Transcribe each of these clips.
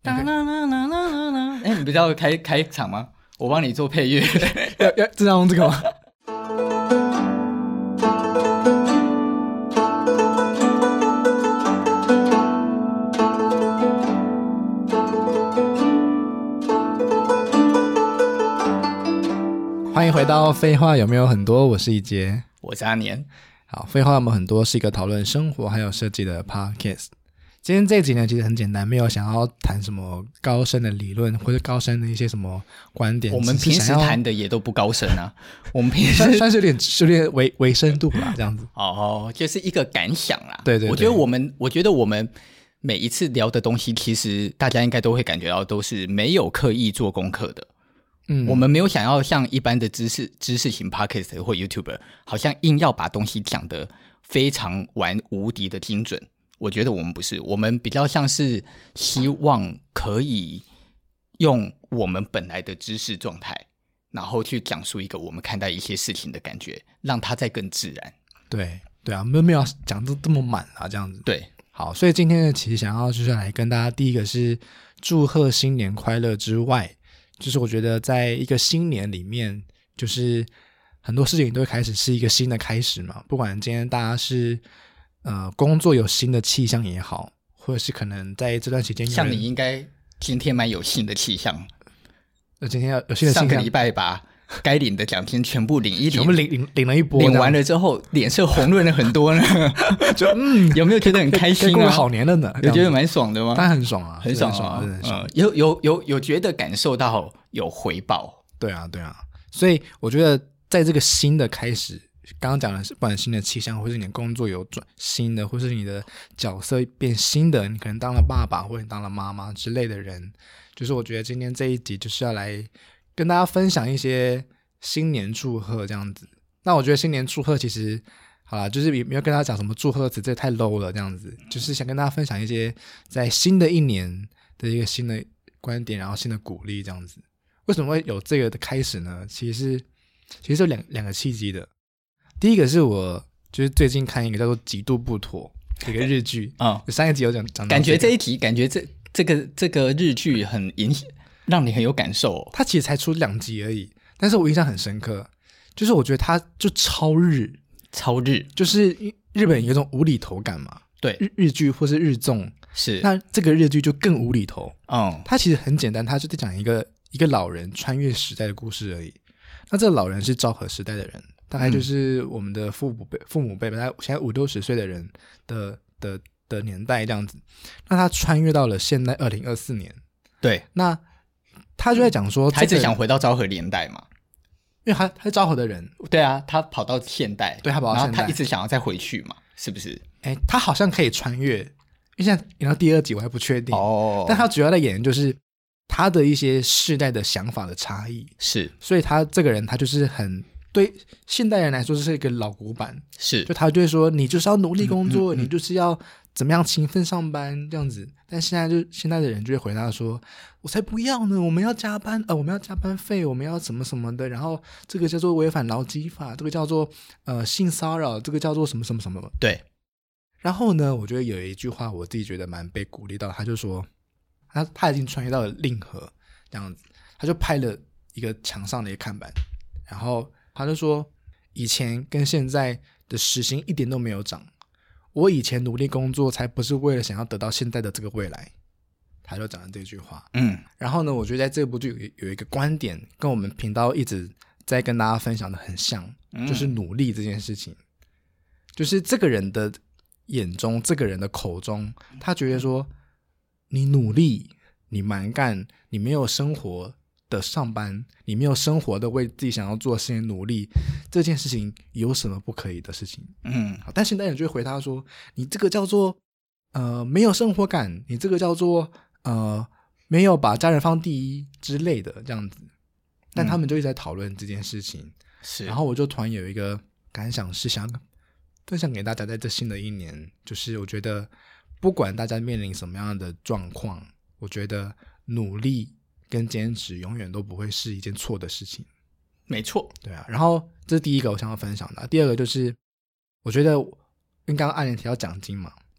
当当当当当当。你不是要开场吗？我帮你做配乐。 要真的用这个吗？欢迎回到废话有没有很多，我是一杰， 我是阿年。 好，废话有没有很多是一个讨论生活还有设计的 podcast。今天这一集呢，其实很简单，没有想要谈什么高深的理论或者高深的一些什么观点。 我们平时谈的也都不高深啊，我们平时算是有点微深度啦，这样子。 哦，就是一个感想啦。 对对对， 我觉得我们每一次聊的东西，其实大家应该都会感觉到都是没有刻意做功课的。我们没有想要像一般的知识型 podcast 或 YouTuber 好像硬要把东西讲得非常无敌的精准。我觉得我们不是，我们比较像是希望可以用我们本来的知识状态，然后去讲述一个我们看待一些事情的感觉，让它再更自然。 对对啊，没有讲得这么满啊，这样子。 对， 好，所以今天呢，其实想要就是来跟大家，第一个是祝贺新年快乐之外，就是我觉得在一个新年里面，就是很多事情都会开始是一个新的开始嘛。不管今天大家是工作有新的气象也好，或者是可能在这段期间像你应该今天蛮有新的气象。 今天有新的气象， 上个礼拜把该领的奖金全部领一领， 全部领了一波， 领完了之后脸色红润了很多呢。就有没有觉得很开心啊？ 过了好年了呢， 有觉得蛮爽的吗？ 当然很爽啊， 很爽啊， 真的很爽。 有觉得感受到有回报。 对啊，所以我觉得在这个新的开始，刚刚讲的是不管新的气象，或是你的工作有转新的，或是你的角色变新的，你可能当了爸爸或者你当了妈妈之类的人，就是我觉得今天这一集就是要来跟大家分享一些新年祝贺这样子。那我觉得新年祝贺其实好啦，就是没有跟大家讲什么祝贺词，这太 low 了这样子，就是想跟大家分享一些在新的一年的一个新的观点，然后新的鼓励这样子。为什么会有这个的开始呢？其实有两个契机的。第一个是我就是最近看一个叫做《极度不妥》这个日剧上一集有讲到、 感觉这一集感觉这个日剧很让你很有感受。 它其实才出2集而已，但是我印象很深刻，就是我觉得它就超日，就是日本有一种无厘头感嘛。 对， 日剧或是日综是，那这个日剧就更无厘头。它其实很简单，它就在讲一个老人穿越时代的故事而已。那这个老人是昭和时代的人，大概就是我们的父母辈，大概现在50-60岁的人的年代这样子。那他穿越到了现代2024年， 对， 那他就在讲说， 他一直想回到昭和年代嘛， 因为他是昭和的人。 对啊，他跑到现代， 对，他跑到现代， 然后他一直想要再回去嘛，是不是？ 他好像可以穿越，因为现在演到第2集我还不确定但他主要的演员就是他的一些世代的想法的差异， 是， 所以他这个人他就是很对现代人来说是一个老古板， 是， 就他就会说你就是要努力工作，你就是要怎么样勤奋上班这样子。但现在的人就会回答说，我才不要呢，我们要加班我们要加班费，我们要什么什么的，然后这个叫做违反劳基法，这个叫做性骚扰，这个叫做什么什么什么。 对。 然后呢，我觉得有一句话我自己觉得蛮被鼓励到，他就说他已经穿越到了令和这样子，他就拍了一个墙上的一个看板，然后他就说以前跟现在的时薪一点都没有涨，我以前努力工作才不是为了想要得到现在的这个未来，他就讲了这句话。然后呢，我觉得在这部剧有一个观点跟我们频道一直在跟大家分享的很像，就是努力这件事情。就是这个人的眼中，这个人的口中，他觉得说你努力，你蛮干，你没有生活的上班，你没有生活的为自己想要做的事情努力，这件事情有什么不可以的事情？但现代人就会回答说，你这个叫做没有生活感，你这个叫做没有把家人放第一之类的这样子。但他们就一直在讨论这件事情。 是， 然后我就突然有一个感想是想分享给大家，在这新的一年，就是我觉得不管大家面临什么样的状况，我觉得努力跟坚持永远都不会是一件错的事情。 没错， 对啊。然后这是第一个我想要分享的。第二个就是我觉得因为刚刚阿年提到奖金嘛，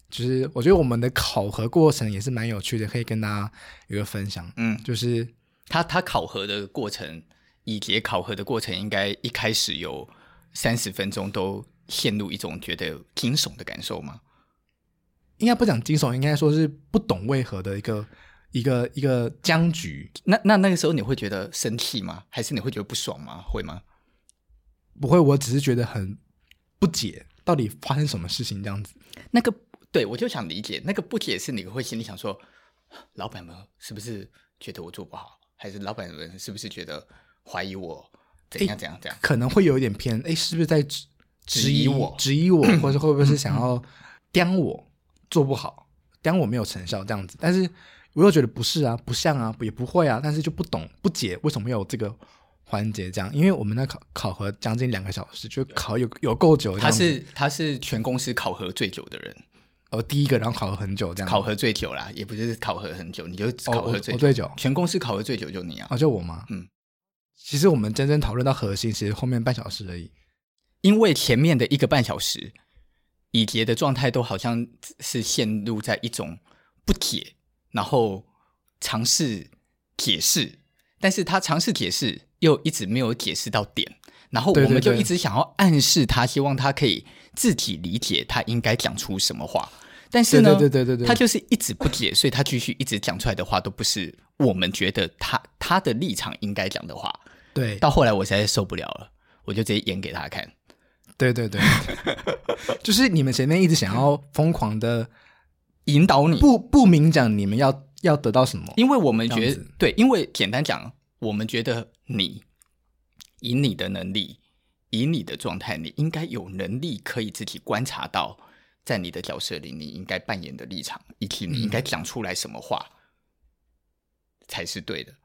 就是我觉得我们的考核过程也是蛮有趣的，可以跟大家有个分享。就是他考核的过程，以节考核的过程，应该一开始有30分钟都陷入一种觉得惊悚的感受吗？ 应该不讲惊悚，应该说是不懂为何的一个僵局。 那个时候你会觉得生气吗？还是你会觉得不爽吗？会吗？ 不会，我只是觉得很不解，到底发生什么事情这样子。 那个对，我就想理解那个不解是你会心里想说，老板们是不是觉得我做不好，还是老板们是不是觉得怀疑我怎样怎样怎样？ 可能会有一点偏，是不是在质疑我，或者会不会是想要刁我做不好，刁我没有成效这样子？但是我又觉得不是啊，不像啊，也不会啊，但是就不懂不解为什么有这个环节这样，因为我们那考核将近2个小时，就考有够久这样子。 他是全公司考核最久的人。 第一个，然后考核很久这样。 考核最久啦，也不是考核很久，你就考核最久。 我最久， 全公司考核最久就你啊。 就我吗？其实我们真正讨论到核心，其实后面半小时而已。 因为前面的1个半小时，以杰的状态都好像是陷入在一种不解，然后尝试解释，但是他尝试解释又一直没有解释到点，然后我们就一直想要暗示他，希望他可以自己理解他应该讲出什么话，但是呢， 对， 他就是一直不解，所以他继续一直讲出来的话都不是我们觉得他的立场应该讲的话。 对， 到后来我实在受不了了，我就直接演给他看。 对，就是你们前面一直想要疯狂的引导你， 不明讲你们要得到什么， 因为我们觉得对，因为简单讲，我们觉得你以你的能力，以你的状态，你应该有能力可以自己观察到，在你的角色里你应该扮演的立场，以及你应该讲出来什么话才是对的。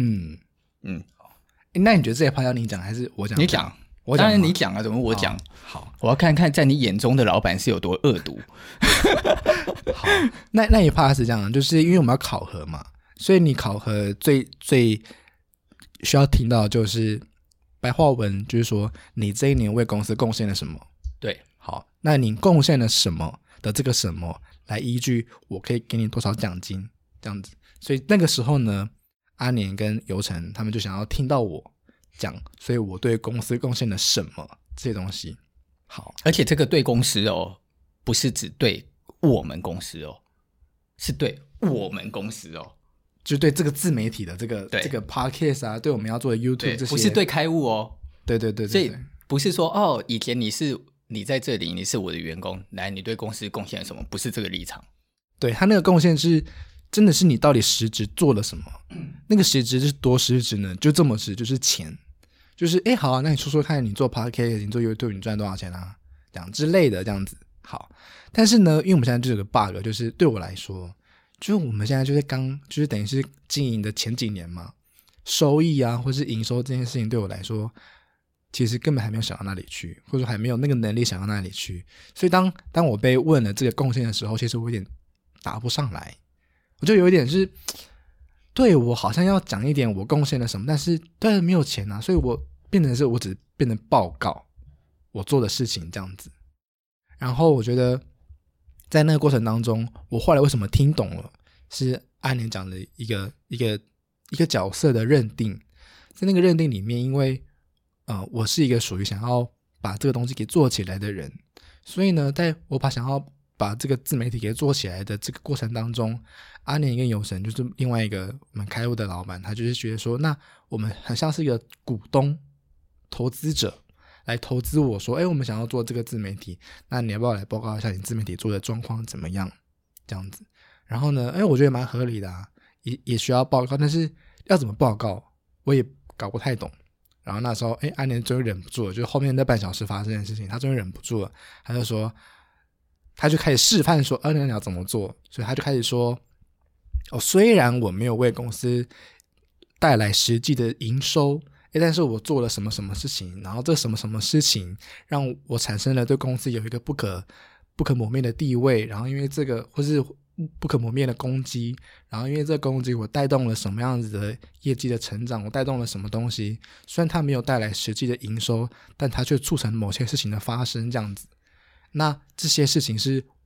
那你觉得这一趴要你讲还是我讲？ 你讲。当然你讲啊，怎么我讲？ 好， 我要看看在你眼中的老板是有多恶毒。 好，那一趴是这样，就是因为我们要考核嘛，所以你考核最需要听到就是白话文，就是说你这一年为公司贡献了什么。 对， 好，那你贡献了什么的这个什么来依据我可以给你多少奖金这样子。所以那个时候呢，阿年跟游成他们就想要听到我讲，所以我对公司贡献了什么这些东西。好， 而且这个对公司哦，不是只对我们公司哦，是对我们公司哦， 就对这个自媒体的这个 podcast 啊，对我们要做的 YouTube 这些， 不是对开务哦。 对， 所以不是说以前你在这里，你是我的员工，来你对公司贡献了什么，不是这个立场。 对，他那个贡献是真的是你到底实质做了什么，那个实质是多实质呢？就这么实，就是钱。就是好啊，那你说说看，你做 podcast 你做 YouTube 你赚多少钱啊，这样之类的这样子。好，但是呢，因为我们现在就有个 bug， 就是对我来说，就是我们现在就是等于是经营的前几年嘛，收益啊或是营收这件事情对我来说其实根本还没有想到那里去，或者说还没有那个能力想到那里去。所以当我被问了这个贡献的时候，其实我有点答不上来，我就有一点是对，我好像要讲一点我贡献了什么，但是对，没有钱啊，所以我变成是我只变成报告我做的事情这样子。然后我觉得在那个过程当中，我后来为什么听懂了，是阿年讲的一个角色的认定。在那个认定里面，因为我是一个属于想要把这个东西给做起来的人，所以呢，在我想要把这个自媒体给做起来的这个过程当中，阿年跟游神就是另外一个我们开户的老板，他就是觉得说，那我们很像是一个股东投资者来投资我说，我们想要做这个自媒体，那你要不要来报告一下你自媒体做的状况怎么样这样子。然后呢我觉得蛮合理的啊，也需要报告，但是要怎么报告我也搞不太懂。然后那时候阿年终于忍不住了，就是后面那半小时发生的事情，他终于忍不住了，他就说，他就开始示范说你要怎么做。所以他就开始说，虽然我没有为公司带来实际的营收，但是我做了什么什么事情，然后这什么什么事情让我产生了对公司有一个不可磨灭的地位，然后因为这个或是不可磨灭的攻击，然后因为这个攻击我带动了什么样子的业绩的成长，我带动了什么东西，虽然它没有带来实际的营收，但它却促成某些事情的发生这样子。那这些事情是我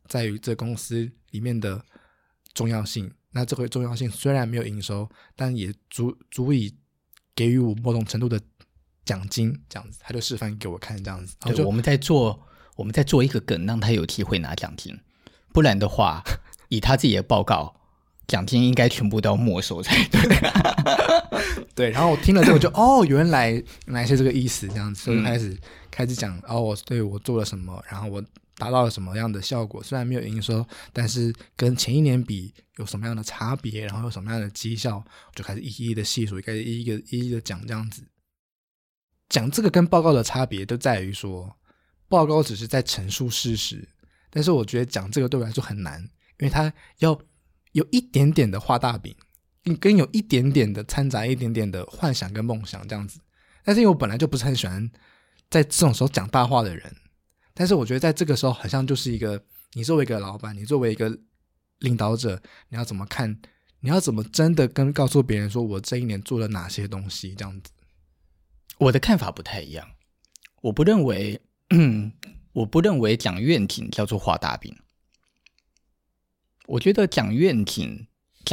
在于这公司里面的重要性。那这个重要性虽然没有营收，但也足以给予我某种程度的奖金，这样子，他就示范给我看，这样子。 对，我们在做一个梗，让他有机会拿奖金，不然的话，以他自己的报告，奖金应该全部都要没收才对。 对，然后我听了之后就原来是这个意思，这样子，所以开始讲我做了什么，然后我达到了什么样的效果，虽然没有营收，但是跟前一年比有什么样的差别，然后有什么样的绩效，我就开始一一的细数，开始一一的讲，这样子。讲这个跟报告的差别就在于说，报告只是在陈述事实，但是我觉得讲这个对我来说很难，因为它要有一点点的画大饼，跟有一点点的掺杂一点点的幻想跟梦想这样子。但是因为我本来就不是很喜欢在这种时候讲大话的人，但是我觉得在这个时候好像就是一个，你作为一个老板，你作为一个领导者，你要怎么看，你要怎么真的告诉别人说我这一年做了哪些东西，这样子。 我的看法不太一样，我不认为讲愿景叫做画大饼。我觉得讲愿景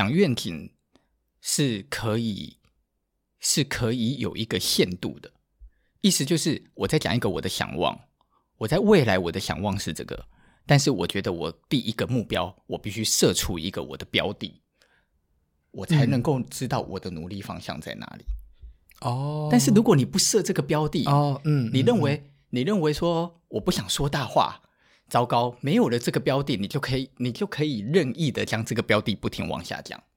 是可以有一个限度的，意思就是我在讲一个我的想望，我在未来我的想望是这个，但是我觉得我第一个目标我必须设出一个我的标的，我才能够知道我的努力方向在哪里。但是如果你不设这个标的，你认为说我不想说大话，糟糕，没有了这个标的，你就可以任意的将这个标的不停往下降。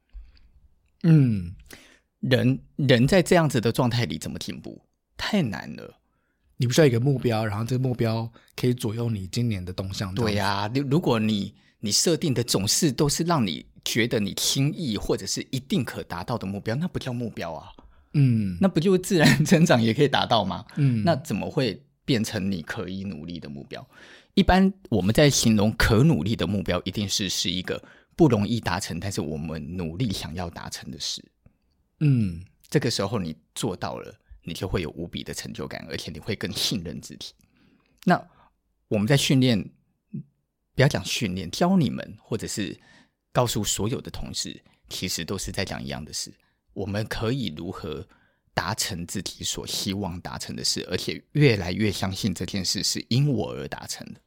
人在这样子的状态里怎么进步？太难了。 你不需要一个目标，然后这个目标可以左右你今年的动向。 对啊，如果你设定的总是都是让你觉得你轻易或者是一定可达到的目标，那不叫目标啊。那不就自然成长也可以达到吗？那怎么会变成你可以努力的目标？一般我们在形容可努力的目标，一定是一个不容易达成，但是我们努力想要达成的事。这个时候你做到了，你就会有无比的成就感，而且你会更信任自己。那我们在训练，不要讲训练，教你们或者是告诉所有的同事，其实都是在讲一样的事。我们可以如何达成自己所希望达成的事，而且越来越相信这件事是因我而达成的。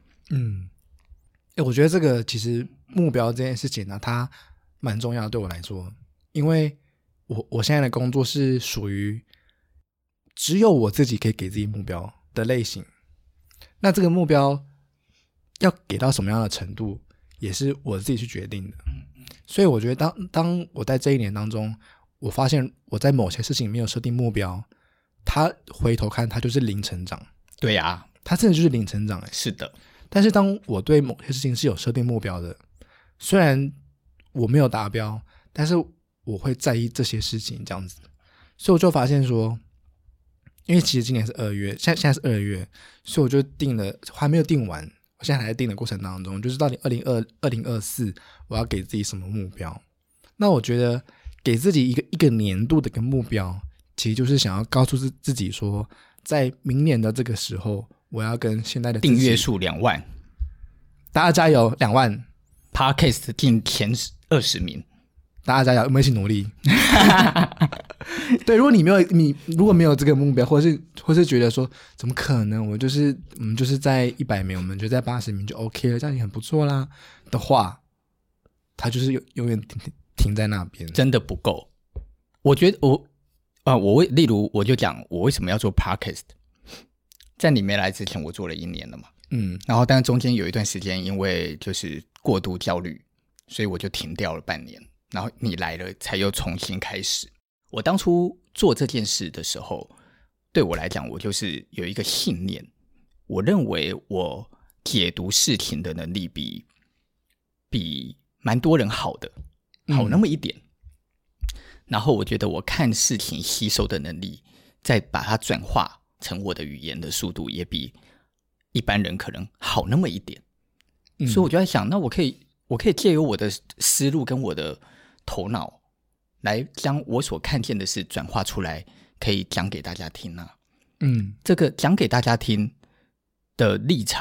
我觉得这个其实目标这件事情呢，它蛮重要的对我来说，因为我现在的工作是属于只有我自己可以给自己目标的类型，那这个目标要给到什么样的程度也是我自己去决定的。所以我觉得当我在这一年当中，我发现我在某些事情没有设定目标，他回头看他就是零成长。 对啊， 他真的就是零成长。 是的。 但是当我对某些事情是有设定目标的，虽然我没有达标，但是我会在意这些事情，这样子。所以我就发现说，因为其实今年是2月，现在是2月，所以我就定了，还没有定完，我现在还在定的过程当中，就是到底2024我要给自己什么目标。那我觉得给自己一个年度的一个目标，其实就是想要告诉自己说，在明年的这个时候，我要跟现在的订阅数2万， 大家加油，2万 Podcast 进前20名， 大家加油，我们一起努力。对，如果如果没有这个目标，或是觉得说怎么可能，我们就是在100名，我们就在80名就 OK 了，这样也很不错啦的话，他就是永远停在那边， 真的不够。我觉得例如我就讲我为什么要做 Podcast， 在你没来之前我做了1年了嘛，然后但是中间有一段时间因为就是过度焦虑，所以我就停掉了半年，然后你来了才又重新开始。我当初做这件事的时候，对我来讲我就是有一个信念，我认为我解读事情的能力比蛮多人好那么一点，然后我觉得我看事情吸收的能力，再把它转化成我的语言的速度也比一般人可能好那么一点，所以我就在想，那我可以借由我的思路跟我的头脑来将我所看见的事转化出来，可以讲给大家听啊。这个讲给大家听的立场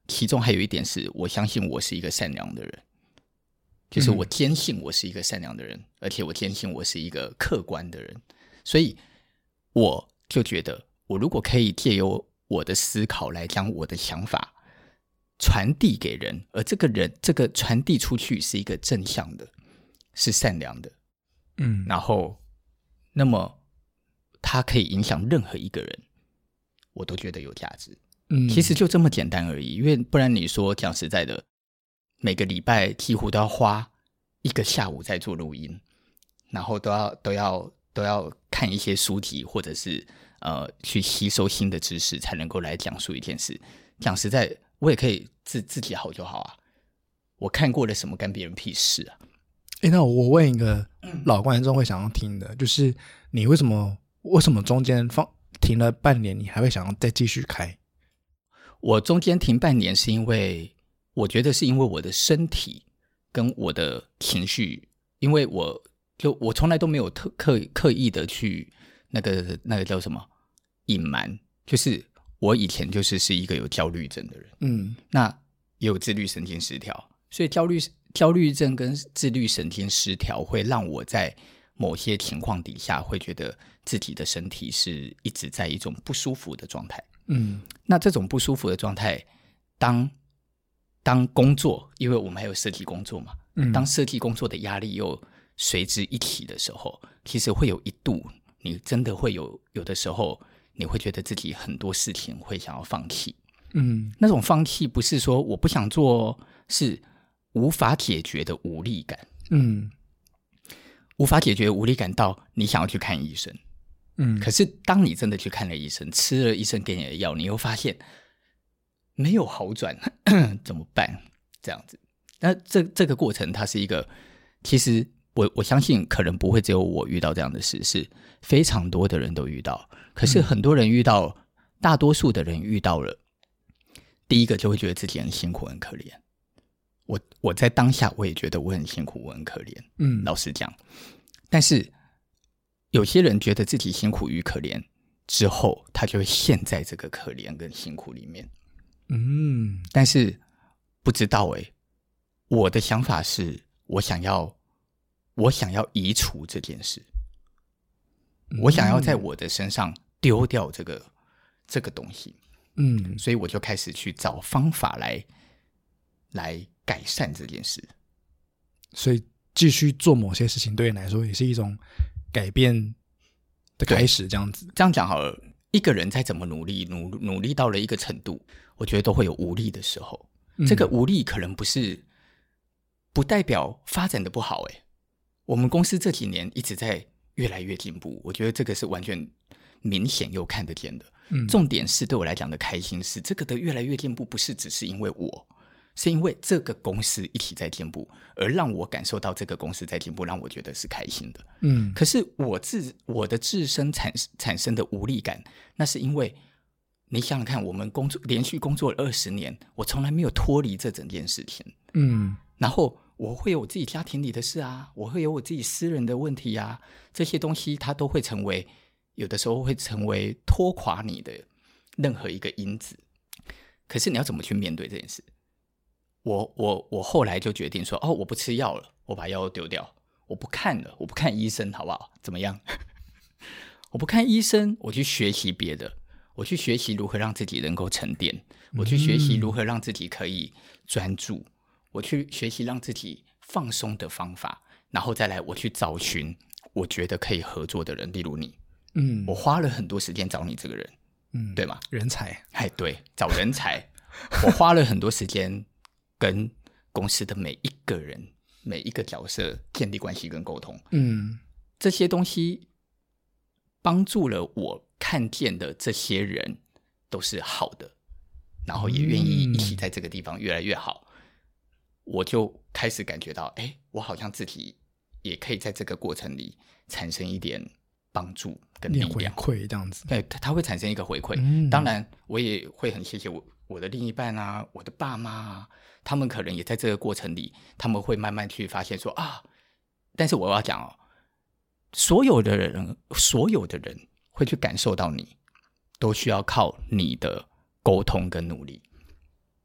其中还有一点是我相信我是一个善良的人，就是我坚信我是一个善良的人，而且我坚信我是一个客观的人，所以我就觉得我如果可以借由我的思考来将我的想法传递给人，而这个传递出去是一个正向的，是善良的，然后那么它可以影响任何一个人，我都觉得有价值。其实就这么简单而已，因为不然你说讲实在的，每个礼拜几乎都要花1个下午在做录音，然后都要看一些书籍，或者是去吸收新的知识，才能够来讲述一件事。讲实在，我也可以自己好就好啊，我看过了什么干别人屁事啊。 那我问一个老观众会想要听的，就是你为什么中间停了半年，你还会想要再继续开？ 我中间停半年是因为我觉得是因为我的身体跟我的情绪，因为我从来都没有刻意的去那个叫什么隐瞒，就是我以前是一个有焦虑症的人，那也有自律神经失调，所以焦虑症跟自律神经失调会让我在某些情况底下会觉得自己的身体是一直在一种不舒服的状态。那这种不舒服的状态，当工作，因为我们还有设计工作嘛，当设计工作的压力又随之一起的时候，其实会有一度你真的会有的时候你会觉得自己很多事情会想要放弃。那种放弃不是说我不想做，是无法解决的无力感。无法解决的无力感到你想要去看医生，可是当你真的去看了医生，吃了医生给你的药，你又发现没有好转怎么办？这样子。那这个过程它是一个，其实我相信可能不会只有我遇到这样的事，是非常多的人都遇到。可是很多人遇到，大多数的人遇到了，第一个就会觉得自己很辛苦很可怜。我在当下我也觉得我很辛苦我很可怜，老实讲。但是有些人觉得自己辛苦与可怜之后，他就会陷在这个可怜跟辛苦里面。但是不知道我的想法是我想要移除这件事，我想要在我的身上丢掉这个东西。所以我就开始去找方法来改善这件事。 所以继续做某些事情对你来说也是一种改变的开始，这样子。 这样讲好了，一个人再怎么努力到了一个程度，我觉得都会有无力的时候。这个无力可能不代表发展的不好。我们公司这几年一直在越来越进步，我觉得这个是完全明显又看得见的。重点是对我来讲的开心是这个的越来越进步，不是只是因为我，是因为这个公司一起在进步，而让我感受到这个公司在进步，让我觉得是开心的。可是我的自身产生的无力感，那是因为你想想看，我们连续工作了20年，我从来没有脱离这整件事情。然后我会有我自己家庭里的事啊，我会有我自己私人的问题啊，这些东西它都会成为，有的时候会成为拖垮你的任何一个因子。可是你要怎么去面对这件事？我后来就决定说，我不吃药了，我把药丢掉，我不看了，我不看医生，好不好？怎么样？我不看医生，我去学习别的，我去学习如何让自己能够沉淀，我去学习如何让自己可以专注，我去学习让自己放松的方法，然后再来我去找寻我觉得可以合作的人，例如你。我花了很多时间找你这个人，对吗？ 人才。 对，找人才。我花了很多时间跟公司的每一个人每一个角色建立关系跟沟通。这些东西帮助了我看见的这些人都是好的，然后也愿意一起在这个地方越来越好。我就开始感觉到我好像自己也可以在这个过程里产生一点帮助跟力量， 回馈这样子。 对，它会产生一个回馈。当然我也会很谢谢我的另一半啊，我的爸妈啊，他们可能也在这个过程里，他们会慢慢去发现说但是我要讲所有的人会去感受到你，都需要靠你的沟通跟努力。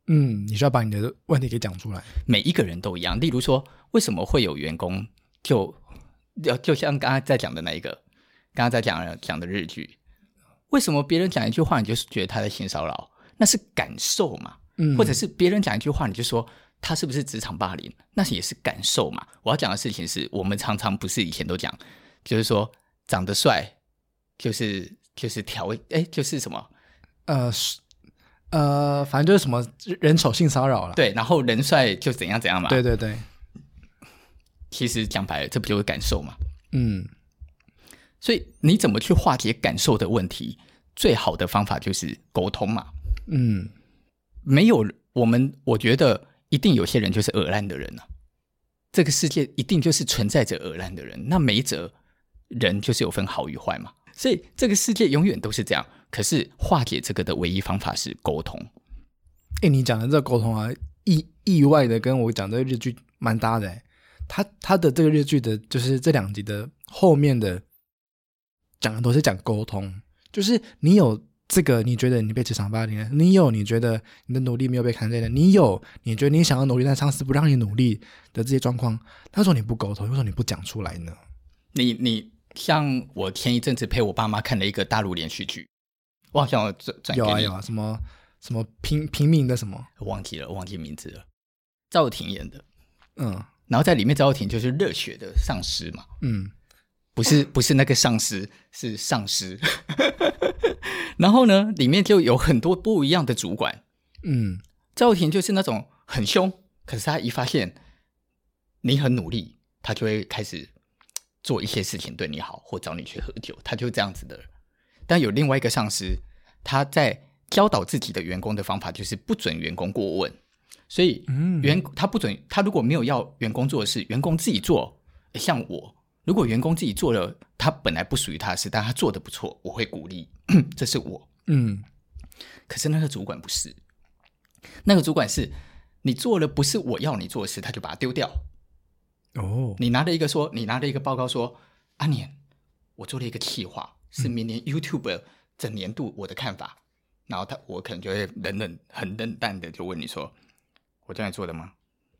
你需要把你的问题给讲出来。 每一个人都一样。例如说，为什么会有员工就像刚刚在讲的那一个，刚刚在讲的日剧，为什么别人讲一句话你就觉得他在性骚扰？那是感受嘛。或者是别人讲一句话你就说他是不是职场霸凌，那也是感受嘛。我要讲的事情是我们常常不是以前都讲，就是说长得帅就是就是什么反正就是什么人丑性骚扰了。 对，然后人帅就怎样怎样嘛。 对对对， 其实讲白了这不就是感受嘛。所以你怎么去化解感受的问题，最好的方法就是沟通嘛。没有我觉得一定有些人就是恶烂的人啊，这个世界一定就是存在着恶烂的人，那每一则人就是有分好与坏嘛，所以这个世界永远都是这样。可是化解这个的唯一方法是沟通。 你讲的这个沟通啊，意外的跟我讲这个日剧蛮搭的。他的这个日剧的就是这2集的后面的讲的都是讲沟通，就是你有这个你觉得你被职场霸凌了，你觉得你的努力没有被看见了，你觉得你想要努力但上司不让你努力的这些状况，他说你不沟通，为什么你不讲出来呢？ 你像我前一阵子陪我爸妈看了一个大陆连续剧，我好像转给你。 有啊，什么平民的什么忘记名字了，赵又廷演的。然后在里面赵又廷就是热血的上司嘛。不是那个上司，是上司。然后呢，里面就有很多不一样的主管。赵又廷就是那种很凶，可是他一发现你很努力，他就会开始做一些事情对你好，或找你去喝酒，他就这样子的。但有另外一个上司，他在教导自己的员工的方法就是不准员工过问，所以他如果没有要员工做的事，员工自己做。像我，如果员工自己做了他本来不属于他的事，但他做得不错，我会鼓励，这是我。可是那个主管不是，那个主管是你做了不是我要你做的事，他就把它丢掉。你拿了一个报告说，阿年，我做了一个企划，是明年 YouTube 整年度我的看法。然后我可能就会很冷淡的就问你说，我这样做的吗？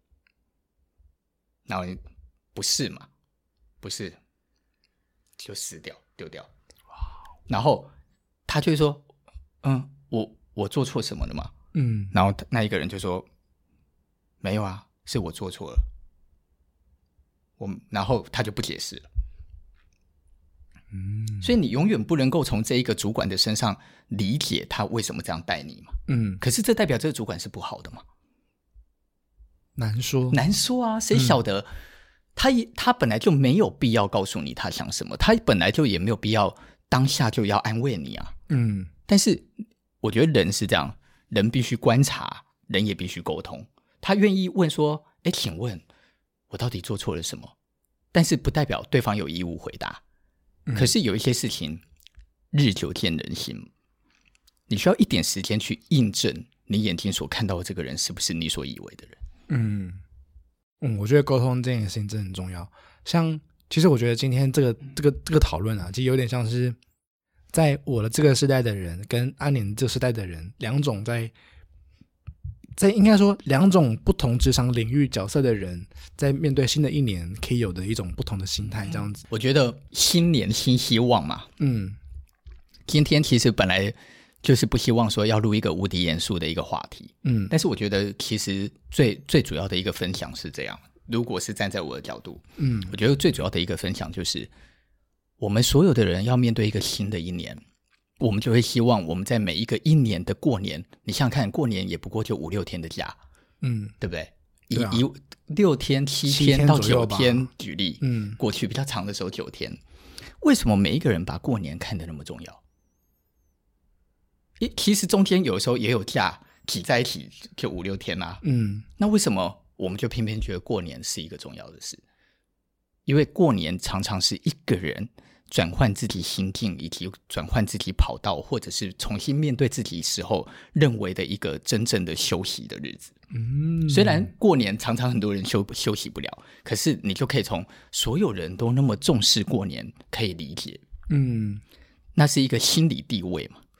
然后你不是嘛？不是，就撕掉丢掉。然后他就会说，我做错什么了吗？然后那一个人就说，没有啊，是我做错了。然后他就不解释了。所以你永远不能够从这一个主管的身上理解他为什么这样待你嘛。可是这代表这个主管是不好的吗？ 难说啊，谁晓得？他本来就没有必要告诉你他想什么，他本来就也没有必要当下就要安慰你啊。但是我觉得人是这样，人必须观察，人也必须沟通。他愿意问说，请问我到底做错了什么？但是不代表对方有义务回答。可是有一些事情日久见人心，你需要一点时间去印证你眼睛所看到的这个人是不是你所以为的人。 我觉得沟通这件事情真的很重要。像其实我觉得今天这个讨论啊，其实有点像是在我的这个世代的人跟阿年这个世代的人，两种在应该说两种不同职场领域角色的人，在面对新的一年可以有的一种不同的心态，这样子。 我觉得新年新希望嘛。今天其实本来就是不希望说要录一个无敌严肃的一个话题。但是我觉得其实最主要的一个分享是这样，如果是站在我的角度，我觉得最主要的一个分享就是我们所有的人要面对一个新的一年，我们就会希望我们在每一个一年的过年，你想想看，过年也不过就5-6天的假，对不对？以6天7天到9天举例，过去比较长的时候9天，为什么每一个人把过年看得那么重要？其实中间有时候也有假挤在一起就5-6天啊。那为什么我们就偏偏觉得过年是一个重要的事？因为过年常常是一个人转换自己心境，以及转换自己跑道，或者是重新面对自己时候认为的一个真正的休息的日子。虽然过年常常很多人休息不了，可是你就可以从所有人都那么重视过年可以理解。那是一个心理地位嘛。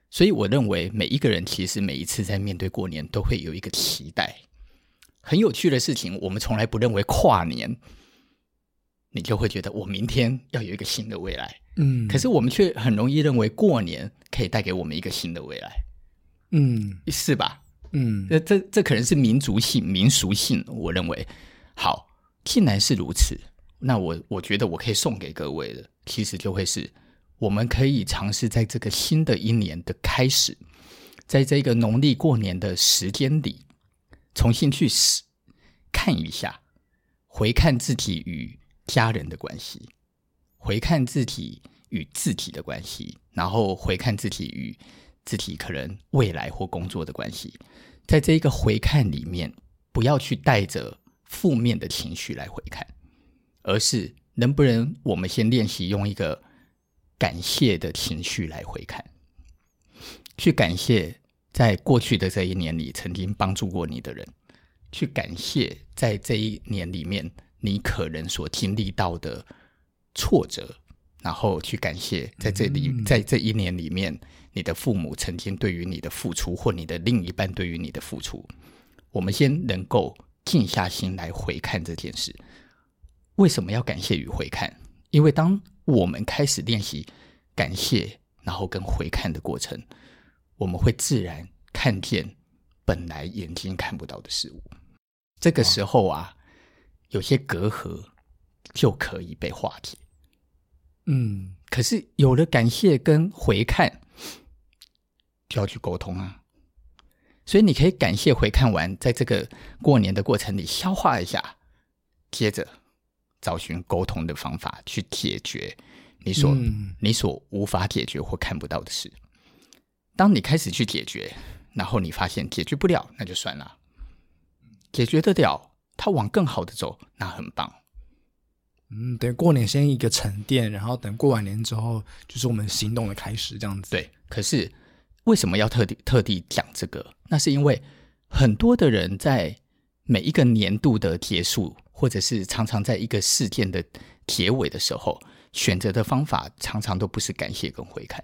所以我认为每一个人其实每一次在面对过年都会有一个期待。很有趣的事情，我们从来不认为跨年你就会觉得我明天要有一个新的未来，可是我们却很容易认为过年可以带给我们一个新的未来，是吧？这可能是民族性、民俗性，我认为。好，既然是如此，那我觉得我可以送给各位的，其实就会是我们可以尝试在这个新的一年的开始，在这个农历过年的时间里，重新去看一下，回看自己与家人的关系，回看自己与自己的关系，然后回看自己与自己可能未来或工作的关系。在这一个回看里面，不要去带着负面的情绪来回看，而是能不能我们先练习用一个感谢的情绪来回看，去感谢在过去的这一年里曾经帮助过你的人，去感谢在这一年里面你可能所经历到的挫折，然后去感谢在这一年里面你的父母曾经对于你的付出，或你的另一半对于你的付出。我们先能够静下心来回看这件事。为什么要感谢与回看？因为当我们开始练习感谢然后跟回看的过程，我们会自然看见本来眼睛看不到的事物。这个时候啊，有些隔阂就可以被化解。可是有了感谢跟回看，就要去沟通啊。所以你可以感谢回看完，在这个过年的过程里消化一下，接着找寻沟通的方法去解决你所无法解决或看不到的事。当你开始去解决，然后你发现解决不了，那就算了。解决得了，它往更好的走，那很棒。 等过年先一个沉淀，然后等过完年之后，就是我们行动的开始，这样子。 对，可是为什么要特地讲这个？那是因为很多的人在每一个年度的结束，或者是常常在一个事件的结尾的时候，选择的方法常常都不是感谢跟回看，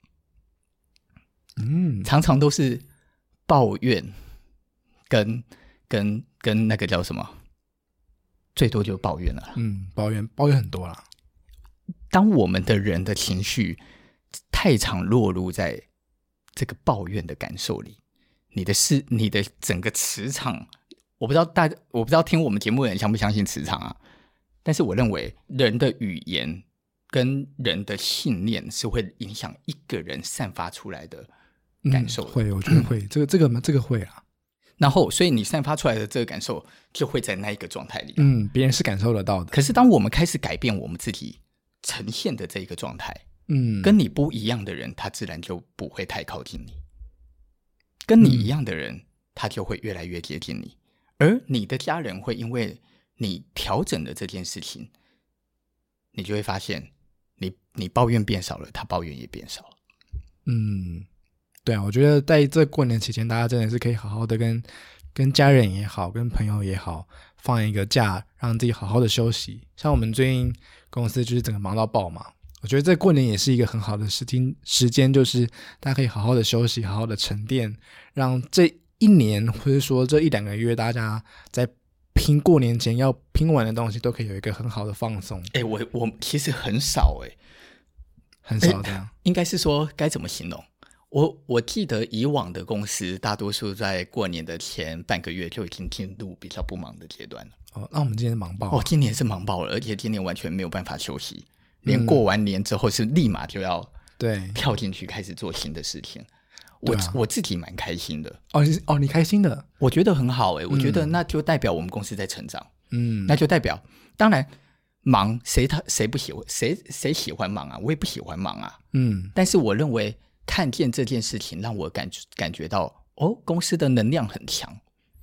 常常都是抱怨跟那个叫什么，最多就抱怨了。 抱怨很多啦。 当我们的人的情绪太常落入在这个抱怨的感受里，你的整个磁场，我不知道听我们节目的人相不相信磁场啊？但是我认为人的语言跟人的信念是会影响一个人散发出来的感受的。 会，我觉得会，这个会啊。 然后，所以你散发出来的这个感受就会在那一个状态里。 别人是感受得到的。 可是当我们开始改变我们自己呈现的这一个状态，跟你不一样的人，他自然就不会太靠近你。跟你一样的人，他就会越来越接近你，而你的家人会因为你调整了这件事情，你就会发现你抱怨变少了，他抱怨也变少了。 对啊，我觉得在这过年期间，大家真的是可以好好的跟家人也好，跟朋友也好，放一个假，让自己好好的休息。像我们最近公司就是整个忙到爆嘛，我觉得这过年也是一个很好的时间，就是大家可以好好的休息，好好的沉淀，让这一年或者说这1-2个月，大家在拼过年前要拼完的东西，都可以有一个很好的放松。 我其实很少很少这样， 应该是说该怎么形容？我记得以往的公司大多数在过年的前半个月就已经进入比较不忙的阶段了。 那我们今年忙爆今年是忙爆了，而且今年完全没有办法休息，连过完年之后是立马就要跳进去开始做新的事情。我自己蛮开心的。 你开心的？ 我觉得很好我觉得那就代表我们公司在成长。那就代表，当然忙谁不喜欢谁喜欢忙啊？我也不喜欢忙啊。但是我认为看见这件事情让我感觉到公司的能量很强。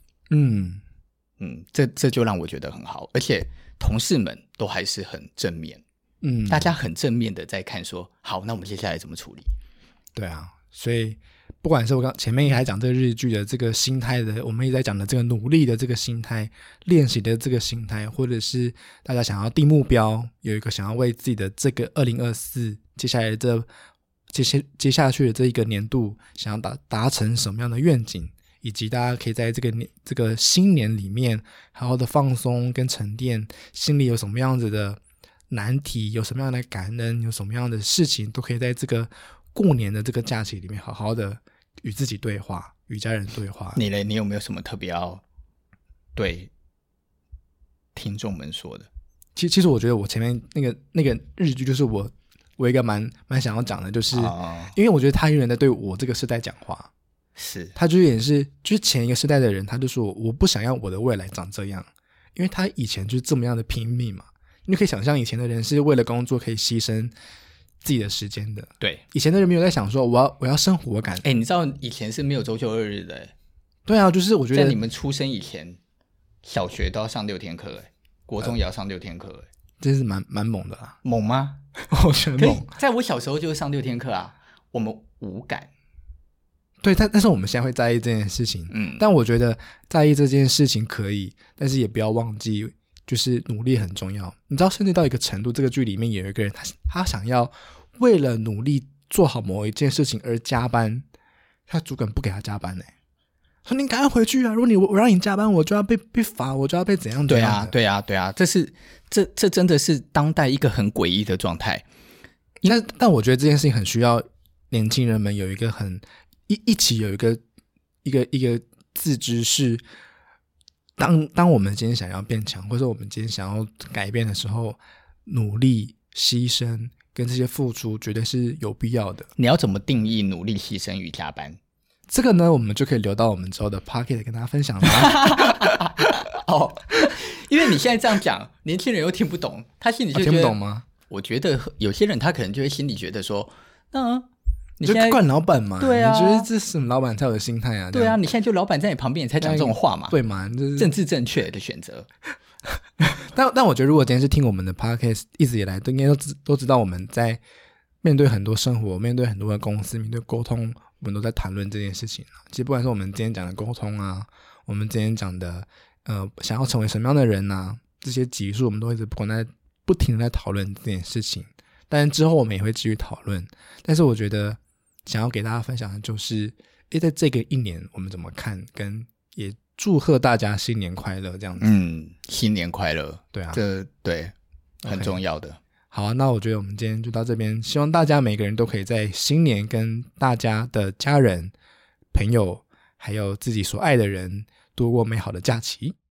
这就让我觉得很好，而且同事们都还是很正面。大家很正面的在看说，好，那我们接下来怎么处理？ 对啊，所以不管是我刚前面还讲这个日剧的这个心态的，我们也在讲的这个努力的这个心态，练习的这个心态，或者是大家想要定目标，有一个想要为自己的这个2024接下来的接下去的这一个年度想要达成什么样的愿景，以及大家可以在这个新年里面好好的放松跟沉淀，心里有什么样子的难题，有什么样的感恩，有什么样的事情，都可以在这个过年的这个假期里面好好的与自己对话，与家人对话。 你有没有什么特别要对听众们说的？ 其实我觉得我前面那个日剧就是我一个蛮想要讲的，就是因为我觉得他永远在对我这个世代讲话， 是他就也是就是前一个世代的人，他就说我不想要我的未来长这样，因为他以前就是这么样的拼命嘛。你可以想象以前的人是为了工作可以牺牲自己的时间的， 对， 以前的人没有在想说我要生活感。 你知道以前是没有周休2日的。 对啊，就是我觉得在你们出生以前，小学都要上6天课，国中也要上6天课， 真是蛮猛的啦。 猛吗？ 我觉得猛。 在我小时候就是上6天课啊，我们无感。 对，但是我们现在会在意这件事情，但我觉得在意这件事情可以，但是也不要忘记就是努力很重要。你知道甚至到一个程度，这个剧里面有一个人他想要为了努力做好某一件事情而加班，他主管不给他加班说你赶快回去啊，如果我让你加班，我就要被罚，我就要被怎样怎样的。 对啊，这真的是当代一个很诡异的状态。 但我觉得这件事情很需要年轻人们有一个一起有一个自知，是当我们今天想要变强，或者我们今天想要改变的时候，努力牺牲跟这些付出绝对是有必要的。 你要怎么定义努力牺牲与加班？ 这个呢，我们就可以留到我们之后的 Podcast 跟大家分享了。 因为你现在这样讲，年轻人又听不懂，他心里就觉得听不懂吗？ 我觉得有些人他可能就会心里觉得说，那你现在就惯老板嘛？ 对啊， 你觉得这是什么老板才有的心态啊？ 对啊，你现在就老板在你旁边，你才讲这种话嘛？ 对嘛？就是政治正确的选择。 但我觉得，如果今天是听我们的 Podcast， 一直以来都应该都知道，我们在面对很多生活，面对很多的公司，面对沟通，我们都在谈论这件事情。其实不管是我们今天讲的沟通啊，我们今天讲的想要成为什么样的人啊，这些集数我们都一直不停的在讨论这件事情。但之后我们也会继续讨论。但是我觉得想要给大家分享的就是在这个一年我们怎么看，跟也祝贺大家新年快乐这样子。 新年快乐。对啊，这对很重要的。 好啊，那我觉得我们今天就到这边，希望大家每个人都可以在新年跟大家的家人朋友还有自己所爱的人度过美好的假期。